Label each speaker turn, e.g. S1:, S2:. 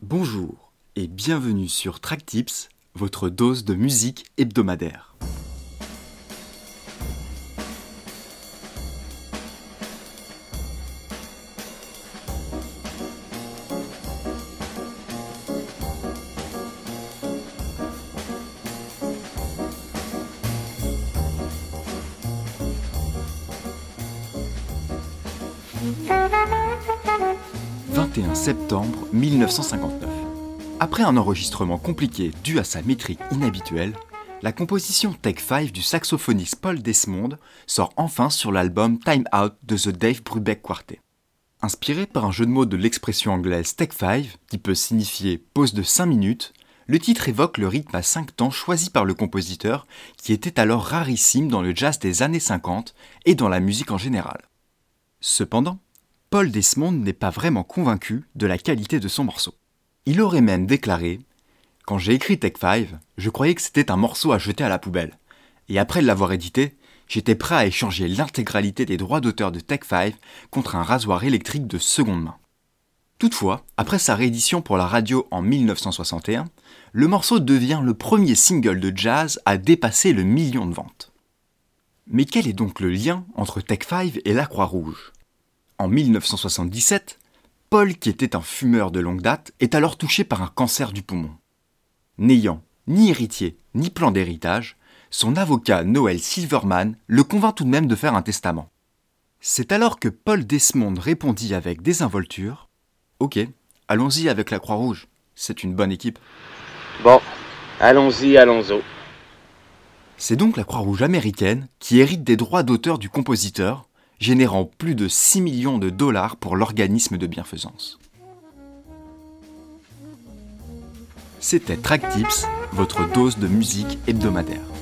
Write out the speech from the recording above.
S1: Bonjour et bienvenue sur Track Tips, votre dose de musique hebdomadaire. « 21 septembre 1959. Après un enregistrement compliqué dû à sa métrique inhabituelle, la composition Take 5 du saxophoniste Paul Desmond sort enfin sur l'album Time Out de The Dave Brubeck Quartet. Inspiré par un jeu de mots de l'expression anglaise Take 5, qui peut signifier pause de 5 minutes, le titre évoque le rythme à 5 temps choisi par le compositeur, qui était alors rarissime dans le jazz des années 50 et dans la musique en général. Cependant, Paul Desmond n'est pas vraiment convaincu de la qualité de son morceau. Il aurait même déclaré « Quand j'ai écrit Take 5, je croyais que c'était un morceau à jeter à la poubelle. Et après l'avoir édité, j'étais prêt à échanger l'intégralité des droits d'auteur de Take 5 contre un rasoir électrique de seconde main. » Toutefois, après sa réédition pour la radio en 1961, le morceau devient le premier single de jazz à dépasser le million de ventes. Mais quel est donc le lien entre Take 5 et la Croix-Rouge ? En 1977, Paul, qui était un fumeur de longue date, est alors touché par un cancer du poumon. N'ayant ni héritier ni plan d'héritage, son avocat Noel Silverman le convainc tout de même de faire un testament. C'est alors que Paul Desmond répondit avec désinvolture « Ok, allons-y avec la Croix-Rouge, c'est une bonne équipe. »
S2: Bon, allons-y.
S1: C'est donc la Croix-Rouge américaine qui hérite des droits d'auteur du compositeur, générant plus de 6 millions de dollars pour l'organisme de bienfaisance. C'était Track Tips, votre dose de musique hebdomadaire.